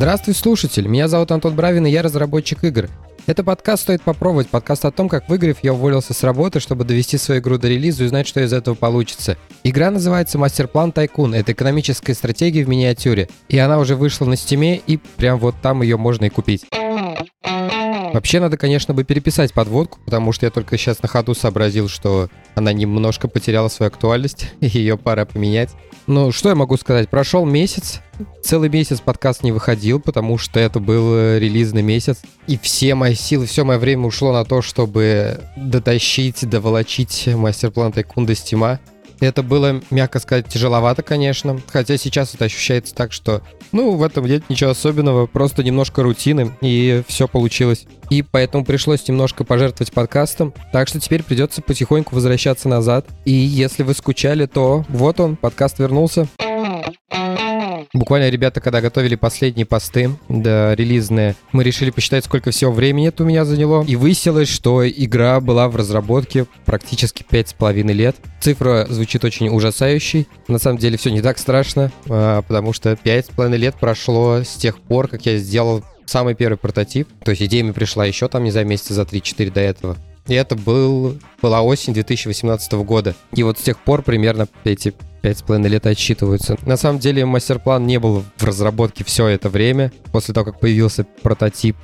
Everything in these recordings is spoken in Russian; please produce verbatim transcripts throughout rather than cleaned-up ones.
Здравствуй, слушатель! Меня зовут Антон Бравин, и я разработчик игр. Это подкаст «Стоит попробовать», подкаст о том, как выиграв, я уволился с работы, чтобы довести свою игру до релиза и узнать, что из этого получится. Игра называется «Мастер-план Тайкун». Это экономическая стратегия в миниатюре. И она уже вышла на Стиме, и прям вот там ее можно и купить. Вообще, надо, конечно, бы переписать подводку, потому что я только сейчас на ходу сообразил, что она немножко потеряла свою актуальность, и ее пора поменять. Ну, что я могу сказать? Прошел месяц, целый месяц подкаст не выходил, потому что это был релизный месяц, и все мои силы, все мое время ушло на то, чтобы дотащить, доволочить мастер-план Тайкун до Стима. Это было, мягко сказать, тяжеловато, конечно, хотя сейчас это ощущается так, что, ну, в этом нет ничего особенного, просто немножко рутины, и все получилось. И поэтому пришлось немножко пожертвовать подкастом, так что теперь придется потихоньку возвращаться назад. И если вы скучали, то вот он, подкаст вернулся. Буквально ребята, когда готовили последние посты, да, релизные, мы решили посчитать, сколько всего времени это у меня заняло. И выяснилось, что игра была в разработке практически пять с половиной лет. Цифра звучит очень ужасающей. На самом деле все не так страшно, потому что пять с половиной лет прошло с тех пор, как я сделал самый первый прототип. То есть идея мне пришла еще там, не знаю, месяца за три-четыре до этого. И это был, была осень две тысячи восемнадцатого года. И вот с тех пор примерно эти пять с половиной лет отсчитываются. На самом деле мастер-план не был в разработке все это время. После того, как появился прототип,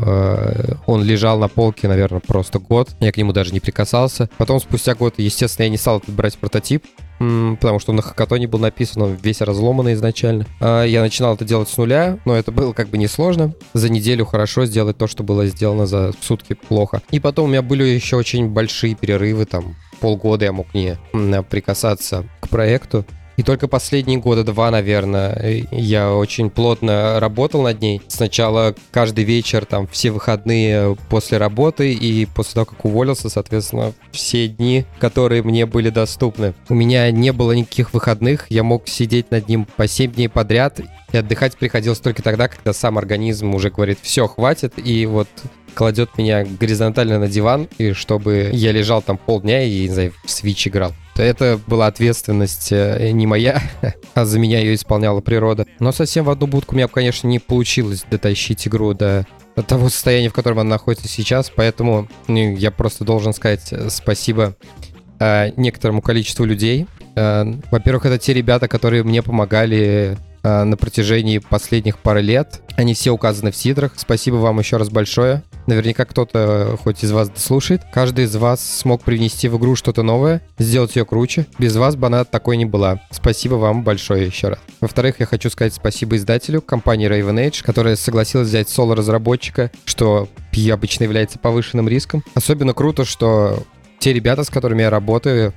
э, он лежал на полке, наверное, просто год. Я к нему даже не прикасался. Потом, спустя год, естественно, я не стал брать прототип, м- потому что он на хакатоне был написан, он весь разломанный изначально. Э, я начинал это делать с нуля, но это было как бы несложно. За неделю хорошо сделать то, что было сделано за сутки плохо. И потом у меня были еще очень большие перерывы, там, полгода я мог не прикасаться к проекту. И только последние года два, наверное, я очень плотно работал над ней. Сначала каждый вечер, там, все выходные после работы, и после того, как уволился, соответственно, все дни, которые мне были доступны. У меня не было никаких выходных, я мог сидеть над ним по семь дней подряд, и отдыхать приходилось только тогда, когда сам организм уже говорит: все, хватит, и вот кладет меня горизонтально на диван, и чтобы я лежал там полдня и, не знаю, в Switch играл. Это была ответственность не моя, а за меня ее исполняла природа. Но совсем в одну будку у меня, конечно, не получилось дотащить игру до того состояния, в котором она находится сейчас, поэтому ну, я просто должен сказать спасибо э, некоторому количеству людей. Э, во-первых, это те ребята, которые мне помогали э, на протяжении последних пары лет. Они все указаны в титрах. Спасибо вам еще раз большое. Наверняка кто-то хоть из вас дослушает. Каждый из вас смог привнести в игру что-то новое, сделать ее круче. Без вас бы она такой не была. Спасибо вам большое еще раз. Во-вторых, я хочу сказать спасибо издателю, компании Raven Age, которая согласилась взять соло-разработчика, что обычно является повышенным риском. Особенно круто, что те ребята, с которыми я работаю,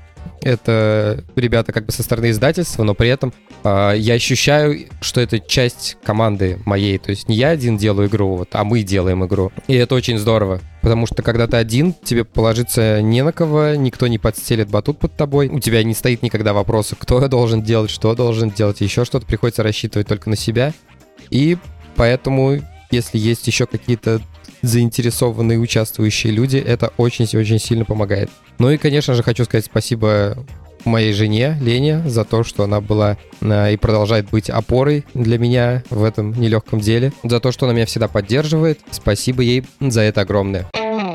это ребята как бы со стороны издательства, но при этом э, я ощущаю, что это часть команды моей. То есть не я один делаю игру, вот, а мы делаем игру. И это очень здорово. Потому что когда ты один, тебе положиться не на кого, никто не подстелит батут под тобой. У тебя не стоит никогда вопроса, кто должен делать, что должен делать, еще что-то. Приходится рассчитывать только на себя. И поэтому, если есть еще какие-то заинтересованные участвующие люди, это очень-очень сильно помогает. Ну и, конечно же, хочу сказать спасибо моей жене Лене за то, что она была и продолжает быть опорой для меня в этом нелегком деле, за то, что она меня всегда поддерживает. Спасибо ей за это огромное.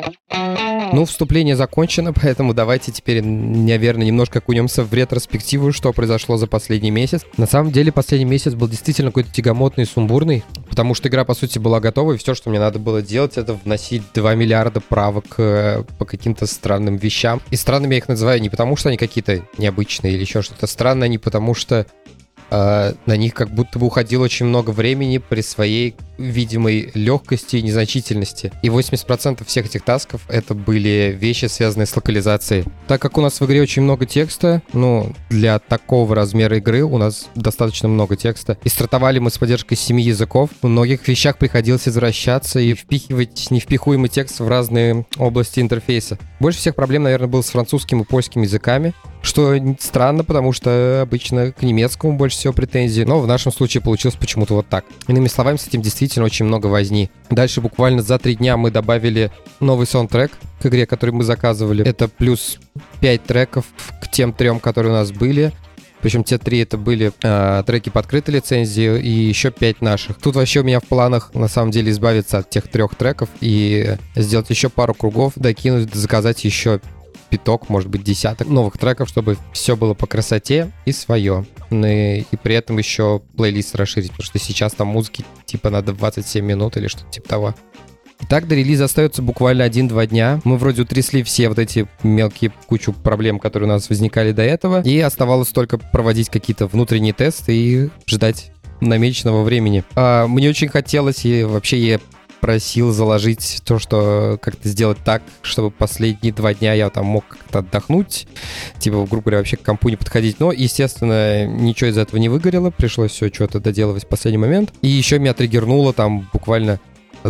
Ну, вступление закончено, поэтому давайте теперь, наверное, немножко окунемся в ретроспективу, что произошло за последний месяц. На самом деле, последний месяц был действительно какой-то тягомотный, сумбурный, потому что игра, по сути, была готова, и все, что мне надо было делать, это вносить два миллиарда правок э, по каким-то странным вещам. И странными я их называю не потому, что они какие-то необычные или еще что-то странное, не потому что Uh, на них как будто бы уходило очень много времени при своей видимой легкости и незначительности. И восемьдесят процентов всех этих тасков это были вещи, связанные с локализацией. Так как у нас в игре очень много текста, ну, для такого размера игры у нас достаточно много текста. И стартовали мы с поддержкой семи языков. В многих вещах приходилось возвращаться и впихивать невпихуемый текст в разные области интерфейса. Больше всех проблем, наверное, было с французским и польским языками. Что странно, потому что обычно к немецкому больше всего претензий, но в нашем случае получилось почему-то вот так. Иными словами, с этим действительно очень много возни. Дальше буквально за три дня мы добавили новый саундтрек к игре, который мы заказывали. Это плюс пять треков к тем трем, которые у нас были. Причем те три это были э, треки по открытой лицензии и еще пять наших. Тут вообще у меня в планах, на самом деле, избавиться от тех трех треков и сделать еще пару кругов, докинуть, заказать еще пяток, может быть, десяток новых треков, чтобы все было по красоте и свое. И, и при этом еще плейлист расширить, потому что сейчас там музыки типа на двадцать семь минут или что-то типа того. Так, до релиза остается буквально один-два дня. Мы вроде утрясли все вот эти мелкие кучу проблем, которые у нас возникали до этого. И оставалось только проводить какие-то внутренние тесты и ждать намеченного времени. А, мне очень хотелось, и вообще я просил заложить то, что как-то сделать так, чтобы последние два дня я там мог как-то отдохнуть, типа, грубо говоря, вообще к компу не подходить. Но, естественно, ничего из этого не выгорело. Пришлось все что-то доделывать в последний момент. И еще меня триггернуло там буквально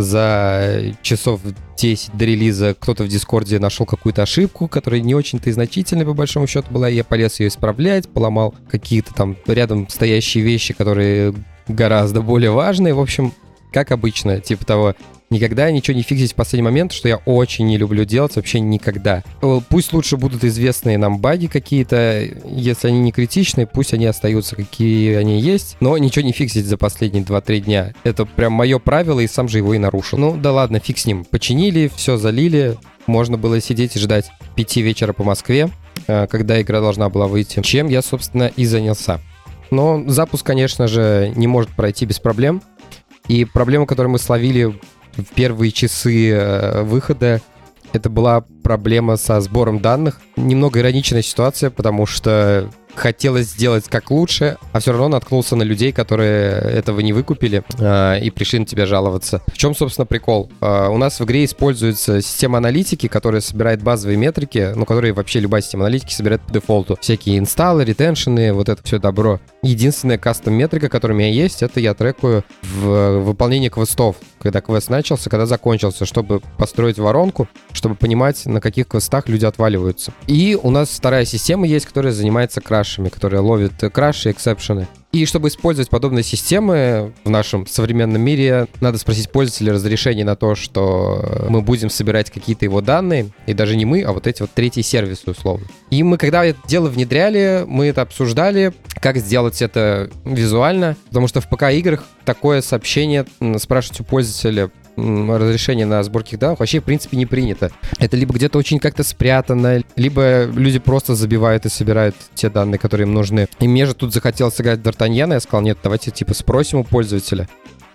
за часов десять до релиза кто-то в Дискорде нашел какую-то ошибку, которая не очень-то и значительная, по большому счету, была. И я полез ее исправлять, поломал какие-то там рядом стоящие вещи, которые гораздо более важные. В общем, как обычно, типа того, никогда ничего не фиксить в последний момент, что я очень не люблю делать, вообще никогда. Пусть лучше будут известные нам баги какие-то, если они не критичные, пусть они остаются, какие они есть, но ничего не фиксить за последние два-три дня. Это прям мое правило, и сам же его и нарушил. Ну да ладно, фиг с ним. Починили, все залили, можно было сидеть и ждать пяти вечера по Москве, когда игра должна была выйти, чем я, собственно, и занялся. Но запуск, конечно же, не может пройти без проблем. И проблема, которую мы словили в первые часы э, выхода, это была проблема со сбором данных. Немного ироничная ситуация, потому что хотелось сделать как лучше, а все равно наткнулся на людей, которые этого не выкупили э, и пришли на тебя жаловаться. В чем, собственно, прикол? Э, у нас в игре используется система аналитики, которая собирает базовые метрики, ну, которые вообще любая система аналитики собирает по дефолту. Всякие инсталлы, ретеншены, вот это все добро. Единственная кастом-метрика, которая у меня есть, это я трекаю в выполнении квестов. Когда квест начался, когда закончился, чтобы построить воронку, чтобы понимать, на каких квестах люди отваливаются. И у нас вторая система есть, которая занимается крашами, которая ловит краши и эксепшены. И чтобы использовать подобные системы в нашем современном мире, надо спросить пользователя разрешение на то, что мы будем собирать какие-то его данные, и даже не мы, а вот эти вот третьи сервисы условно. И мы, когда это дело внедряли, мы это обсуждали, как сделать это визуально, потому что в ПК-играх такое сообщение спрашивать у пользователя разрешение на сборки данных вообще, в принципе, не принято. Это либо где-то очень как-то спрятано, либо люди просто забивают и собирают те данные, которые им нужны. И мне же тут захотелось сыграть Д'Артаньяна, я сказал, нет, давайте типа спросим у пользователя,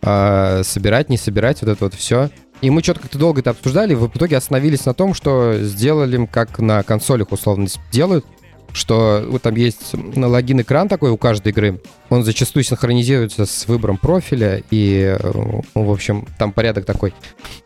а, собирать, не собирать, вот это вот все. И мы что-то как-то долго это обсуждали, и в итоге остановились на том, что сделали, как на консолях условно делают, что вот там есть логин-экран такой у каждой игры. Он зачастую синхронизируется с выбором профиля, и, в общем, там порядок такой.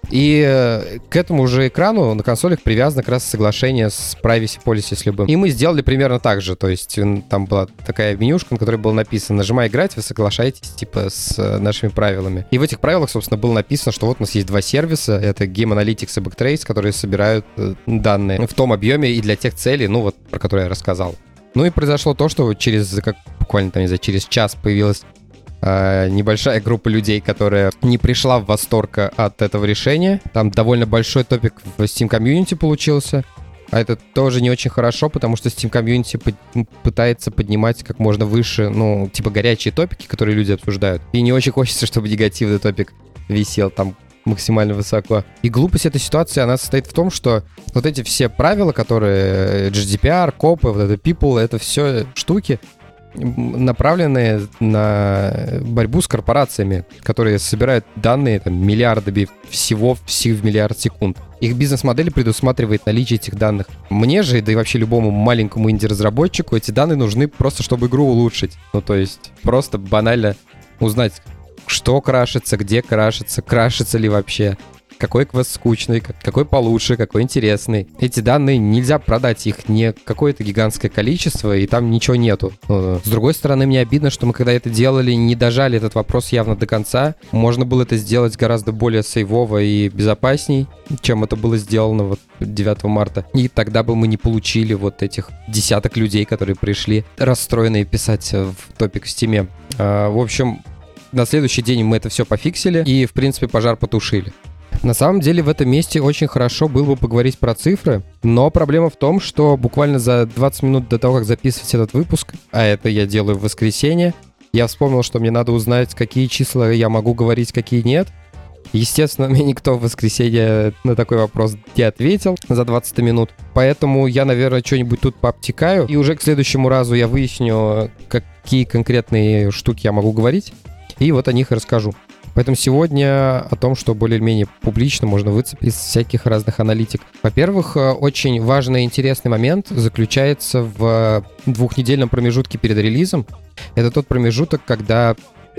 И к этому же экрану на консолях привязано как раз соглашение с privacy policy с любым. И мы сделали примерно так же. То есть там была такая менюшка, на которой было написано: нажимая играть, вы соглашаетесь типа с нашими правилами. И в этих правилах, собственно, было написано, что вот у нас есть два сервиса. Это Game Analytics и Backtrace, которые собирают данные в том объеме и для тех целей, ну вот, про которые я рассказал. Ну и произошло то, что через, как буквально там, не знаю, через час появилась э, небольшая группа людей, которая не пришла в восторг от этого решения. Там довольно большой топик в Steam Community получился. А это тоже не очень хорошо, потому что Steam Community под, пытается поднимать как можно выше, ну, типа горячие топики, которые люди обсуждают. И не очень хочется, чтобы негативный топик висел там максимально высоко. И глупость этой ситуации, она состоит в том, что вот эти все правила, которые джи ди пи ар, копы, вот это people, это все штуки, направленные на борьбу с корпорациями, которые собирают данные там, миллиардами всего в миллиард секунд. Их бизнес-модель предусматривает наличие этих данных. Мне же, да и вообще любому маленькому инди-разработчику, эти данные нужны просто, чтобы игру улучшить. Ну, то есть просто банально узнать, что крашится, где крашится, крашится ли вообще, какой квест скучный, какой получше, какой интересный. Эти данные нельзя продать, их не какое-то гигантское количество, и там ничего нету. С другой стороны, мне обидно, что мы когда это делали, не дожали этот вопрос явно до конца. Можно было это сделать гораздо более сейвово и безопасней, чем это было сделано вот девятого марта. И тогда бы мы не получили вот этих десяток людей, которые пришли расстроенные писать в топик в Steam. В общем, на следующий день мы это все пофиксили и, в принципе, пожар потушили. На самом деле в этом месте очень хорошо было бы поговорить про цифры, но проблема в том, что буквально за двадцать минут до того, как записывать этот выпуск, а это я делаю в воскресенье, я вспомнил, что мне надо узнать, какие числа я могу говорить, какие нет. Естественно, мне никто в воскресенье на такой вопрос не ответил за двадцать минут, поэтому я, наверное, что-нибудь тут пообтекаю, и уже к следующему разу я выясню, какие конкретные штуки я могу говорить, и вот о них и расскажу. Поэтому сегодня о том, что более-менее публично можно выцепить из всяких разных аналитик. Во-первых, очень важный и интересный момент заключается в двухнедельном промежутке перед релизом. Это тот промежуток, когда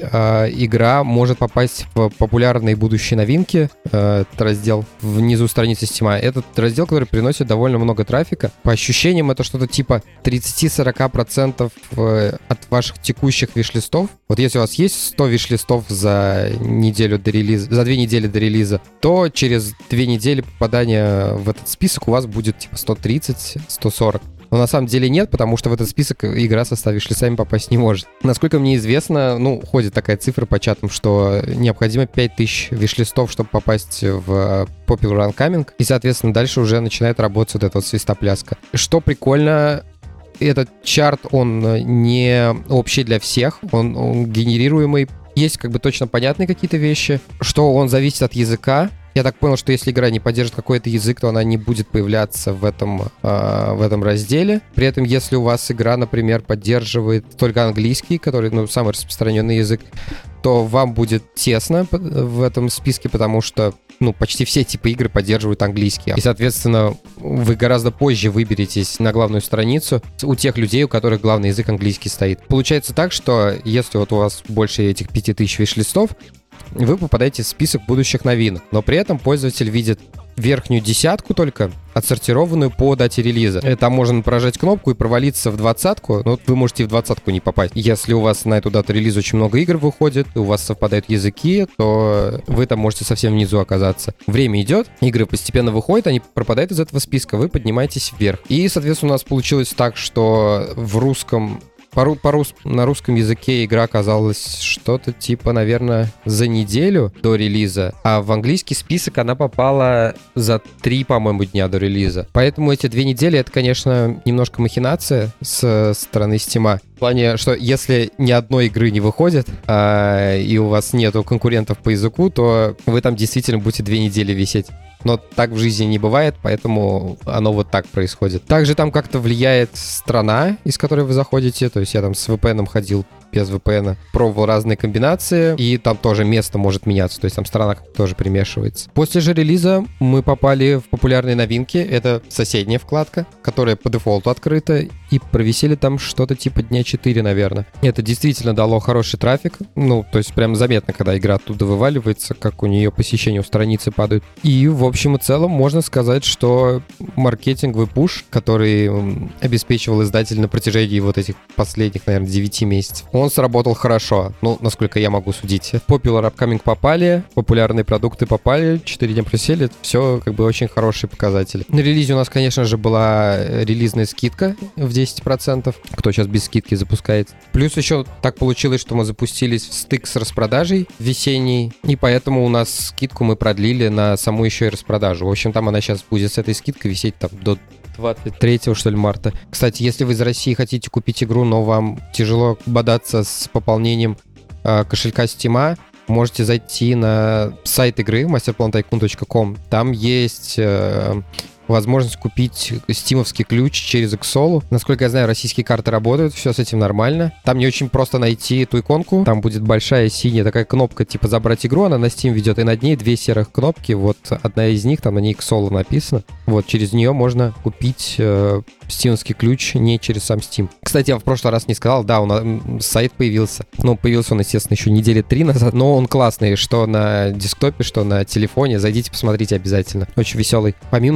э, игра может попасть в популярные будущие новинки. Э, этот раздел внизу страницы Steam. Этот раздел, который приносит довольно много трафика. По ощущениям, это что-то типа тридцать-сорок процентов от ваших текущих виш-листов. Вот если у вас есть сто виш-листов за неделю до релиза, за две недели до релиза, то через две недели попадания в этот список у вас будет типа сто тридцать - сто сорок. Но на самом деле нет, потому что в этот список игра со ста виш-листами попасть не может. Насколько мне известно, ну, ходит такая цифра по чатам, что необходимо пять тысяч виш-листов, чтобы попасть в Popular Uncoming, и, соответственно, дальше уже начинает работать вот эта вот свистопляска. Что прикольно, этот чарт, он не общий для всех, он, он генерируемый. Есть как бы точно понятные какие-то вещи, что он зависит от языка. Я так понял, что если игра не поддержит какой-то язык, то она не будет появляться в этом, э, в этом разделе. При этом, если у вас игра, например, поддерживает только английский, который, ну, самый распространенный язык, то вам будет тесно в этом списке, потому что, ну, почти все типы игр поддерживают английский. И, соответственно, вы гораздо позже выберетесь на главную страницу у тех людей, у которых главный язык английский стоит. Получается так, что если вот у вас больше этих пяти тысяч виш-листов, вы попадаете в список будущих новинок, но при этом пользователь видит верхнюю десятку только, отсортированную по дате релиза. Там можно прожать кнопку и провалиться в двадцатку, но вы можете и в двадцатку не попасть. Если у вас на эту дату релиза очень много игр выходит, у вас совпадают языки, то вы там можете совсем внизу оказаться. Время идет, игры постепенно выходят, они пропадают из этого списка, вы поднимаетесь вверх. И, соответственно, у нас получилось так, что в русском... По, по рус, на русском языке игра оказалась что-то типа, наверное, за неделю до релиза, а в английский список она попала за три, по-моему, дня до релиза. Поэтому эти две недели — это, конечно, немножко махинация с стороны Steam. В плане, что если ни одной игры не выходит, а, и у вас нету конкурентов по языку, то вы там действительно будете две недели висеть. Но так в жизни не бывает, поэтому оно вот так происходит. Также там как-то влияет страна, из которой вы заходите. То есть я там с ви пи эн ходил, без ви пи эн, пробовал разные комбинации, и там тоже место может меняться, то есть там страна тоже примешивается. После же релиза мы попали в популярные новинки. Это соседняя вкладка, которая по дефолту открыта, и провисели там что-то типа дня четыре, наверное. Это действительно дало хороший трафик, ну, то есть прям заметно, когда игра оттуда вываливается, как у нее посещения у страницы падают. И в общем и целом можно сказать, что маркетинговый пуш, который обеспечивал издатель на протяжении вот этих последних, наверное, девяти месяцев, он сработал хорошо, ну, насколько я могу судить. Popular Upcoming попали, популярные продукты попали, четыре дня просели, это все как бы очень хорошие показатели. На релизе у нас, конечно же, была релизная скидка в десять процентов, кто сейчас без скидки запускает. Плюс еще так получилось, что мы запустились в стык с распродажей весенней, и поэтому у нас скидку мы продлили на саму еще и распродажу. В общем, там она сейчас будет с этой скидкой висеть там до двадцать третьего, что ли, марта. Кстати, если вы из России хотите купить игру, но вам тяжело бодаться с пополнением э, кошелька Steam, можете зайти на сайт игры masterplan tycoon точка com. Там есть э, возможность купить стимовский ключ через Xolo. Насколько я знаю, российские карты работают, все с этим нормально. Там не очень просто найти эту иконку. Там будет большая синяя такая кнопка, типа «Забрать игру», она на Steam ведет, и над ней две серых кнопки. Вот одна из них, там на ней Xolo написано. Вот, через нее можно купить э, стимовский ключ не через сам Steam. Кстати, я в прошлый раз не сказал, да, у нас сайт появился. Ну, появился он, естественно, еще недели три назад, но он классный, что на десктопе, что на телефоне. Зайдите, посмотрите обязательно. Очень веселый. Помимо скидки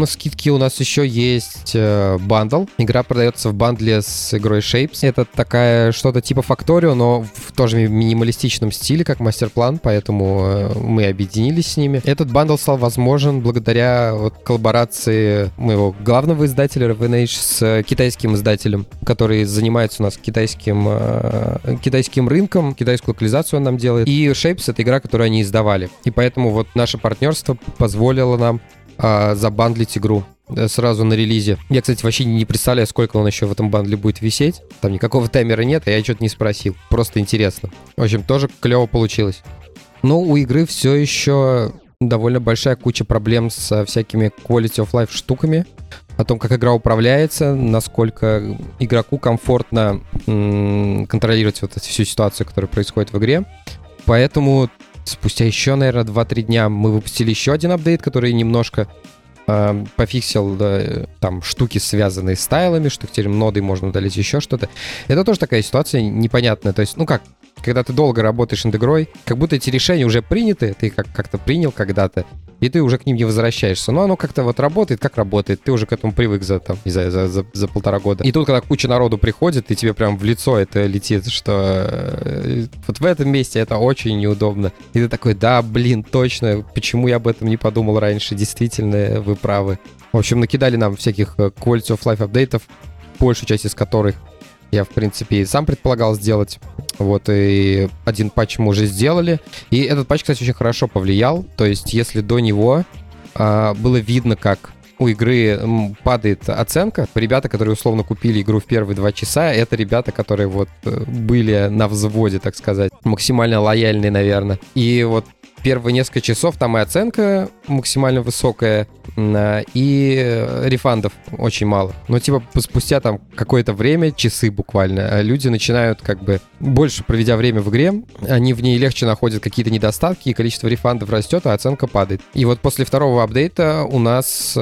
подписчики у нас еще есть э, бандл. Игра продается в бандле с игрой Shapes. Это такая что-то типа Factorio, но в тоже минималистичном стиле, как мастер-план, поэтому э, мы объединились с ними. Этот бандл стал возможен благодаря вот, коллаборации моего главного издателя Ravenage с китайским издателем, который занимается у нас китайским, э, китайским рынком, китайскую локализацию он нам делает. И Shapes — это игра, которую они издавали. И поэтому вот наше партнерство позволило нам э, забандлить игру сразу на релизе. Я, кстати, вообще не представляю, сколько он еще в этом бандле будет висеть. Там никакого таймера нет, а я что-то не спросил. Просто интересно. В общем, тоже клево получилось. Но у игры все еще довольно большая куча проблем со всякими quality of life штуками. О том, как игра управляется, насколько игроку комфортно м- контролировать вот эту всю ситуацию, которая происходит в игре. Поэтому спустя еще, наверное, два-три дня мы выпустили еще один апдейт, который немножко э, пофиксил да, там штуки, связанные с тайлами, что теперь ноды можно удалить, еще что-то. Это тоже такая ситуация непонятная. То есть, ну как, когда ты долго работаешь над игрой, как будто эти решения уже приняты, ты как- как-то принял когда-то, и ты уже к ним не возвращаешься. Но оно как-то вот работает, как работает. Ты уже к этому привык за, там, не знаю, за, за, за полтора года. И тут, когда куча народу приходит, и тебе прям в лицо это летит, что э, вот в этом месте это очень неудобно. И ты такой, да, блин, точно, почему я об этом не подумал раньше? Действительно, вы правы. В общем, накидали нам всяких quality of life апдейтов, большую часть из которых я, в принципе, и сам предполагал сделать. Вот, и один патч мы уже сделали. И этот патч, кстати, очень хорошо повлиял. То есть, если до него а, было видно, как у игры м, падает оценка, ребята, которые условно купили игру в первые два часа, это ребята, которые вот были на взводе, так сказать. Максимально лояльные, наверное. И вот первые несколько часов там и оценка максимально высокая, и рефандов очень мало. Но типа спустя там какое-то время, часы буквально, люди начинают как бы, больше проведя время в игре, они в ней легче находят какие-то недостатки, и количество рефандов растет, а оценка падает. И вот после второго апдейта у нас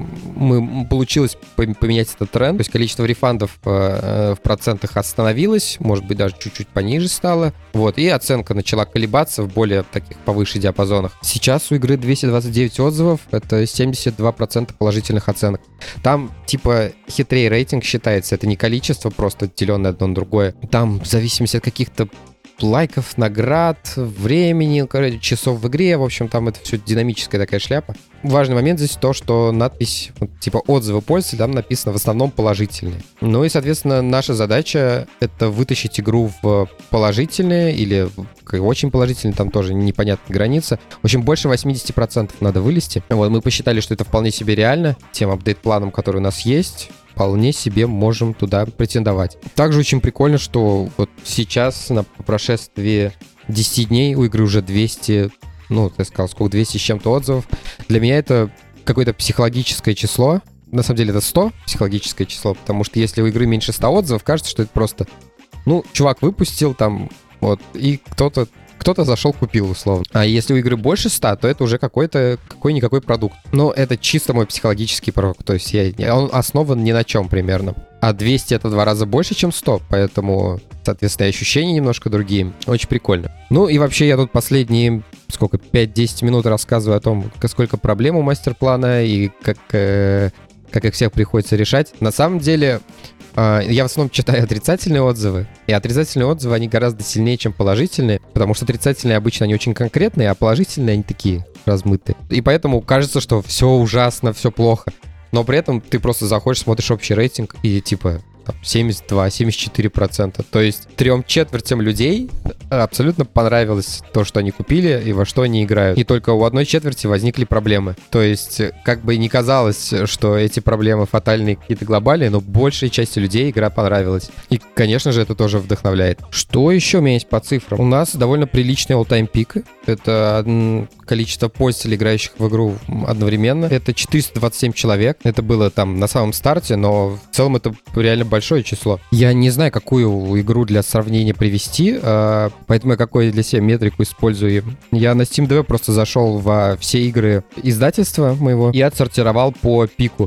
мы, получилось поменять этот тренд, то есть количество рефандов в процентах остановилось, может быть даже чуть-чуть пониже стало, вот, и оценка начала колебаться в более таких повышенных диапазонах. Сейчас у игры двести двадцать девять отзывов, это семьдесят два процента положительных оценок. Там типа хитрее рейтинг считается, это не количество просто деленное одно на другое. Там в зависимости от каких-то лайков, наград, времени, часов в игре, в общем, там это все динамическая такая шляпа. Важный момент здесь то, что надпись, типа отзывы пользователя, там написано в основном положительные. Ну и, соответственно, наша задача — это вытащить игру в положительные или в очень положительные, там тоже непонятная граница. В общем, больше восемьдесят процентов надо вылезти. Вот, мы посчитали, что это вполне себе реально, тем апдейт-планом, который у нас есть. Вполне себе можем туда претендовать. Также очень прикольно, что вот сейчас, на прошествии десять дней, у игры уже двести, ну, ты сказал, сколько, двести с чем-то отзывов. Для меня это какое-то психологическое число. На самом деле это сто психологическое число, потому что если у игры меньше ста отзывов, кажется, что это просто, ну, чувак выпустил там, вот, и кто-то Кто-то зашел, купил, условно. А если у игры больше ста, то это уже какой-то, какой-никакой продукт. Но это чисто мой психологический продукт. То есть я, он основан ни на чем примерно. А двести — это два раза больше, чем сто. Поэтому, соответственно, ощущения немножко другие. Очень прикольно. Ну и вообще я тут последние, сколько, пять-десять минут рассказываю о том, сколько проблем у мастер-плана и как, э, как их всех приходится решать. На самом деле... Я в основном читаю отрицательные отзывы, и отрицательные отзывы, они гораздо сильнее, чем положительные, потому что отрицательные обычно они очень конкретные, а положительные они такие размытые. И поэтому кажется, что все ужасно, все плохо. Но при этом ты просто заходишь, смотришь общий рейтинг, и типа там, семьдесят два — семьдесят четыре процента. То есть трем четвертям людей абсолютно понравилось то, что они купили и во что они играют. И только у одной четверти возникли проблемы. То есть как бы не казалось, что эти проблемы фатальные, какие-то глобальные, но большей части людей игра понравилась. И, конечно же, это тоже вдохновляет. Что еще у меня есть по цифрам? У нас довольно приличный all-time пик. Это количество пользователей, играющих в игру одновременно. Это четыреста двадцать семь человек. Это было там на самом старте, но в целом это реально большое число. Я не знаю, какую игру для сравнения привести, поэтому я какую для себя метрику использую. Я на SteamDB просто зашел во все игры издательства моего и отсортировал по пику. И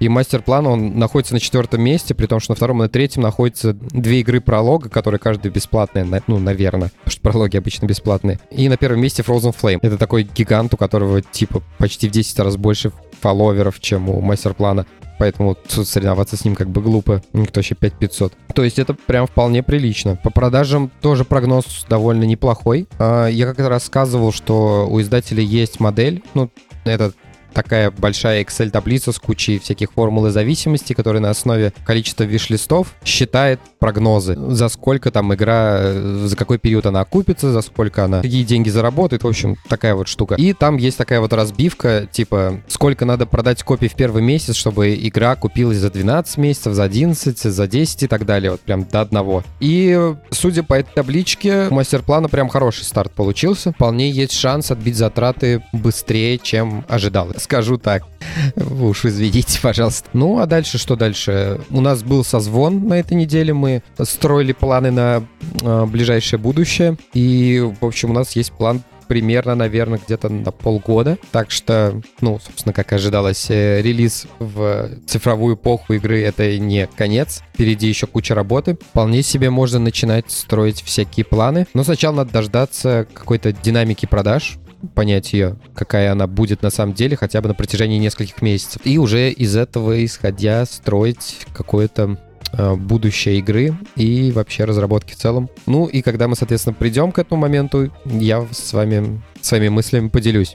И мастер-план, он находится на четвертом месте, при том, что на втором и на третьем находятся две игры пролога, которые каждая бесплатная, ну, наверное, потому что прологи обычно бесплатные. И на первом месте Frozen Flame. Это такой гигант, у которого типа почти в десять раз больше фолловеров, чем у мастер-плана. Поэтому тут соревноваться с ним как бы глупо. Никто еще пять тысяч пятьсот. То есть это прям вполне прилично. По продажам тоже прогноз довольно неплохой. Я как-то рассказывал, что у издателя есть модель. Ну, это такая большая Excel-таблица с кучей всяких формул и зависимостей, которая на основе количества виш-листов считает прогнозы, за сколько там игра, за какой период она окупится, за сколько она, какие деньги заработает, в общем, такая вот штука. И там есть такая вот разбивка, типа, сколько надо продать копий в первый месяц, чтобы игра купилась за двенадцать месяцев, за одиннадцать, за десять и так далее, вот прям до одного. И, судя по этой табличке, у мастер-плана прям хороший старт получился. Вполне есть шанс отбить затраты быстрее, чем ожидалось. Скажу так. Вы уж извините, пожалуйста. Ну, а дальше что дальше? У нас был созвон на этой неделе. Мы строили планы на э, ближайшее будущее. И, в общем, у нас есть план примерно, наверное, где-то на полгода. Так что, ну, собственно, как ожидалось, э, релиз в цифровую эпоху игры — это не конец. Впереди еще куча работы. Вполне себе можно начинать строить всякие планы. Но сначала надо дождаться какой-то динамики продаж, понять ее, какая она будет на самом деле, хотя бы на протяжении нескольких месяцев. И уже из этого, исходя, строить какое-то э, будущее игры и вообще разработки в целом. Ну и когда мы, соответственно, придем к этому моменту, я с вами своими мыслями поделюсь.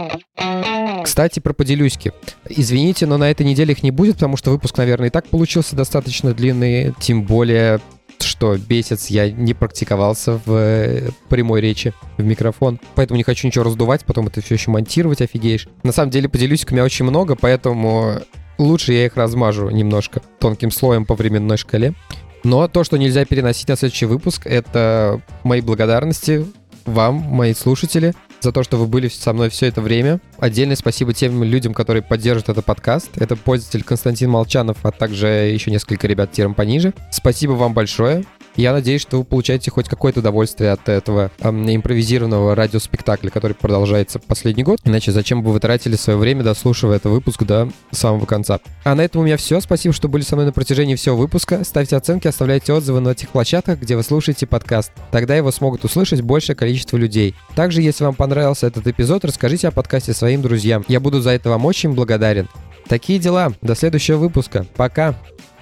Кстати, про поделюськи. Извините, но на этой неделе их не будет, потому что выпуск, наверное, и так получился достаточно длинный, тем более что месяц я не практиковался в прямой речи в микрофон, поэтому не хочу ничего раздувать, потом это все еще монтировать, офигеешь. На самом деле поделюсь, у меня очень много, поэтому лучше я их размажу немножко тонким слоем по временной шкале. Но то, что нельзя переносить на следующий выпуск, это мои благодарности вам, мои слушатели, за то, что вы были со мной все это время. Отдельное спасибо тем людям, которые поддерживают этот подкаст. Это пользователь Константин Молчанов, а также еще несколько ребят тиром пониже. Спасибо вам большое. Я надеюсь, что вы получаете хоть какое-то удовольствие от этого эм, импровизированного радиоспектакля, который продолжается последний год. Иначе зачем бы вы тратили свое время, дослушивая этот выпуск до самого конца. А на этом у меня все. Спасибо, что были со мной на протяжении всего выпуска. Ставьте оценки, оставляйте отзывы на тех площадках, где вы слушаете подкаст. Тогда его смогут услышать большее количество людей. Также, если вам понравился этот эпизод, расскажите о подкасте своим друзьям. Я буду за это вам очень благодарен. Такие дела. До следующего выпуска. Пока.